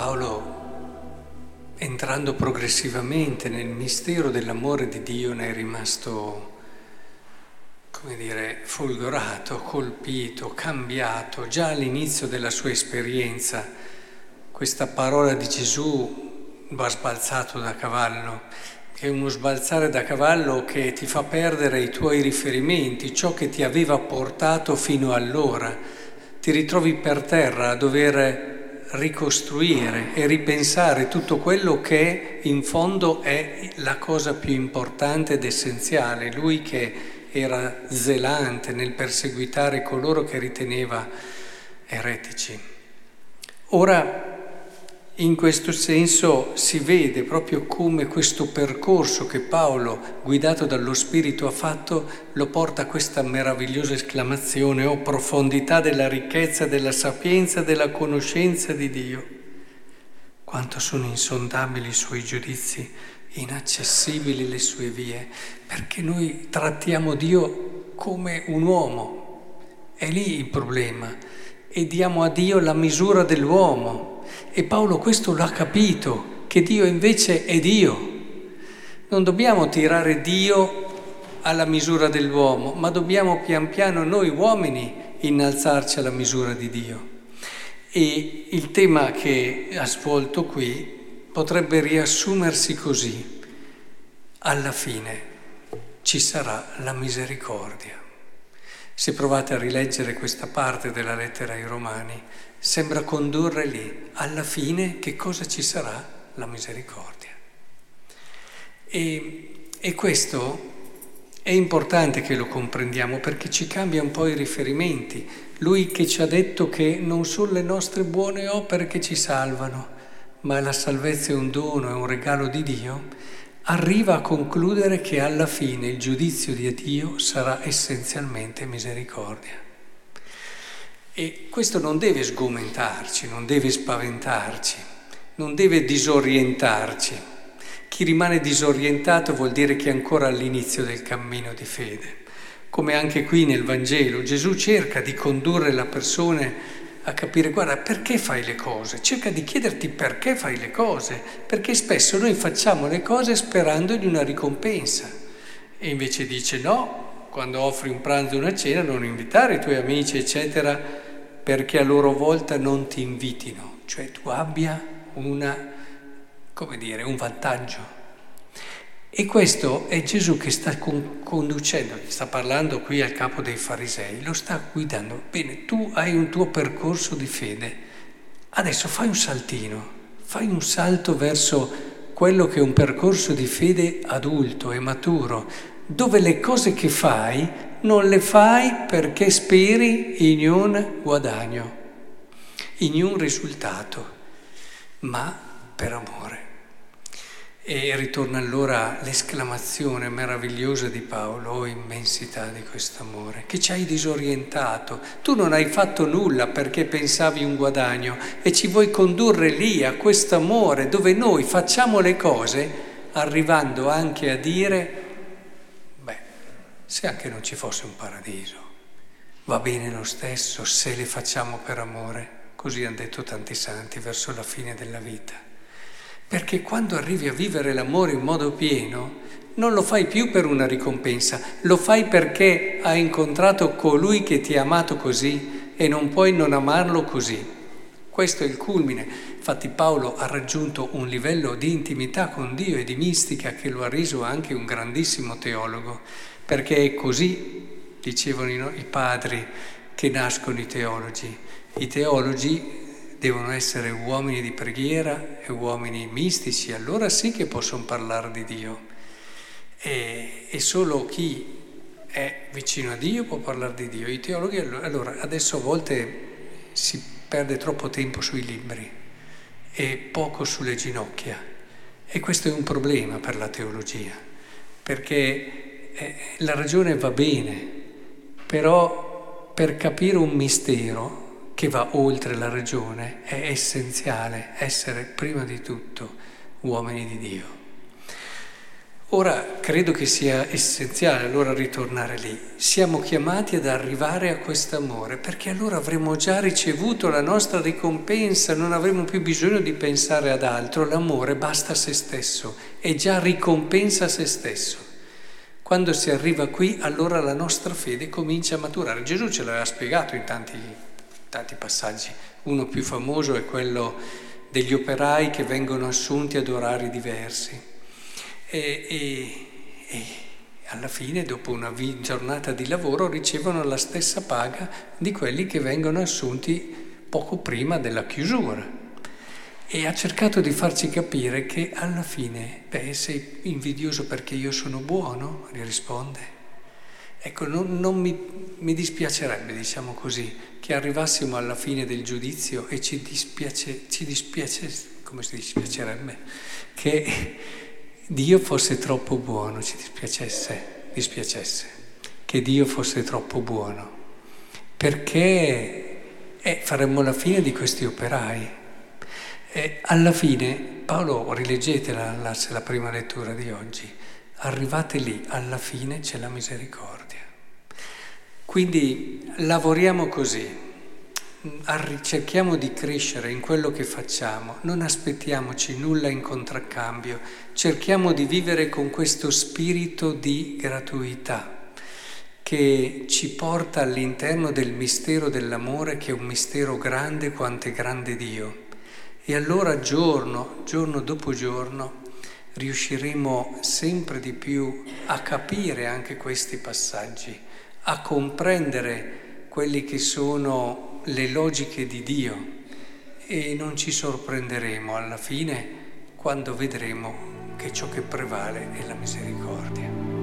Paolo, entrando progressivamente nel mistero dell'amore di Dio, ne è rimasto, folgorato, colpito, cambiato. Già all'inizio della sua esperienza, questa parola di Gesù va sbalzato da cavallo, che è uno sbalzare da cavallo che ti fa perdere i tuoi riferimenti, ciò che ti aveva portato fino allora. Ti ritrovi per terra a dover ricostruire e ripensare tutto quello che in fondo è la cosa più importante ed essenziale. Lui che era zelante nel perseguitare coloro che riteneva eretici. Ora, in questo senso si vede proprio come questo percorso che Paolo, guidato dallo Spirito, ha fatto, lo porta a questa meravigliosa esclamazione: «Oh, profondità della ricchezza, della sapienza, della conoscenza di Dio! Quanto sono insondabili i suoi giudizi, inaccessibili le sue vie!» Perché noi trattiamo Dio come un uomo, è lì il problema, e diamo a Dio la misura dell'uomo. E Paolo questo l'ha capito, che Dio invece è Dio. Non dobbiamo tirare Dio alla misura dell'uomo, ma dobbiamo pian piano noi uomini innalzarci alla misura di Dio. E il tema che ha svolto qui potrebbe riassumersi così: alla fine ci sarà la misericordia. Se provate a rileggere questa parte della lettera ai Romani, sembra condurre lì, alla fine che cosa ci sarà? La misericordia. E questo è importante che lo comprendiamo, perché ci cambia un po' i riferimenti. Lui che ci ha detto che non sono le nostre buone opere che ci salvano, ma la salvezza è un dono, è un regalo di Dio, arriva a concludere che alla fine il giudizio di Dio sarà essenzialmente misericordia. E questo non deve sgomentarci, non deve spaventarci, non deve disorientarci. Chi rimane disorientato vuol dire che è ancora all'inizio del cammino di fede. Come anche qui nel Vangelo, Gesù cerca di condurre la persona a capire: guarda, perché fai le cose? Cerca di chiederti perché fai le cose, perché spesso noi facciamo le cose sperandogli una ricompensa. E invece dice: no, quando offri un pranzo o una cena non invitare i tuoi amici, eccetera, perché a loro volta non ti invitino, cioè tu abbia un vantaggio. E questo è Gesù che sta conducendo, sta parlando qui al capo dei farisei, lo sta guidando. Bene, tu hai un tuo percorso di fede, adesso fai un saltino, fai un salto verso quello che è un percorso di fede adulto e maturo, dove le cose che fai non le fai perché speri in un guadagno, in un risultato, ma per amore. E ritorna allora l'esclamazione meravigliosa di Paolo: oh, immensità di questo amore, che ci hai disorientato. Tu non hai fatto nulla perché pensavi un guadagno e ci vuoi condurre lì a questo amore dove noi facciamo le cose arrivando anche a dire: se anche non ci fosse un paradiso, va bene lo stesso se le facciamo per amore. Così hanno detto tanti santi verso la fine della vita. Perché quando arrivi a vivere l'amore in modo pieno, non lo fai più per una ricompensa, lo fai perché hai incontrato colui che ti ha amato così e non puoi non amarlo così. Questo è il culmine. Infatti Paolo ha raggiunto un livello di intimità con Dio e di mistica che lo ha reso anche un grandissimo teologo, perché è così, dicevano i padri, che nascono i teologi. I teologi devono essere uomini di preghiera e uomini mistici, allora sì che possono parlare di Dio. E solo chi è vicino a Dio può parlare di Dio. I teologhi, allora, adesso a volte si perde troppo tempo sui libri e poco sulle ginocchia. E questo è un problema per la teologia, perché la ragione va bene, però per capire un mistero che va oltre la ragione, è essenziale essere prima di tutto uomini di Dio. Ora credo che sia essenziale allora ritornare lì. Siamo chiamati ad arrivare a quest'amore, perché allora avremo già ricevuto la nostra ricompensa, non avremo più bisogno di pensare ad altro. L'amore basta a se stesso, è già ricompensa se stesso. Quando si arriva qui, allora la nostra fede comincia a maturare. Gesù ce l'aveva spiegato in tanti passaggi. Uno più famoso è quello degli operai che vengono assunti ad orari diversi. E alla fine, dopo una giornata di lavoro, ricevono la stessa paga di quelli che vengono assunti poco prima della chiusura. E ha cercato di farci capire che alla fine, sei invidioso perché io sono buono? Gli risponde. Ecco, non mi dispiacerebbe, diciamo così, che arrivassimo alla fine del giudizio e ci dispiace, come si dispiacerebbe? Che Dio fosse troppo buono, ci dispiacesse, che Dio fosse troppo buono, perché faremmo la fine di questi operai. Alla fine, Paolo, rileggetela la prima lettura di oggi, arrivate lì, alla fine c'è la misericordia. Quindi lavoriamo così. Cerchiamo di crescere in quello che facciamo, non aspettiamoci nulla in contraccambio, cerchiamo di vivere con questo spirito di gratuità che ci porta all'interno del mistero dell'amore, che è un mistero grande quanto è grande Dio. E allora giorno dopo giorno riusciremo sempre di più a capire anche questi passaggi, a comprendere quelli che sono le logiche di Dio, e non ci sorprenderemo alla fine quando vedremo che ciò che prevale è la misericordia.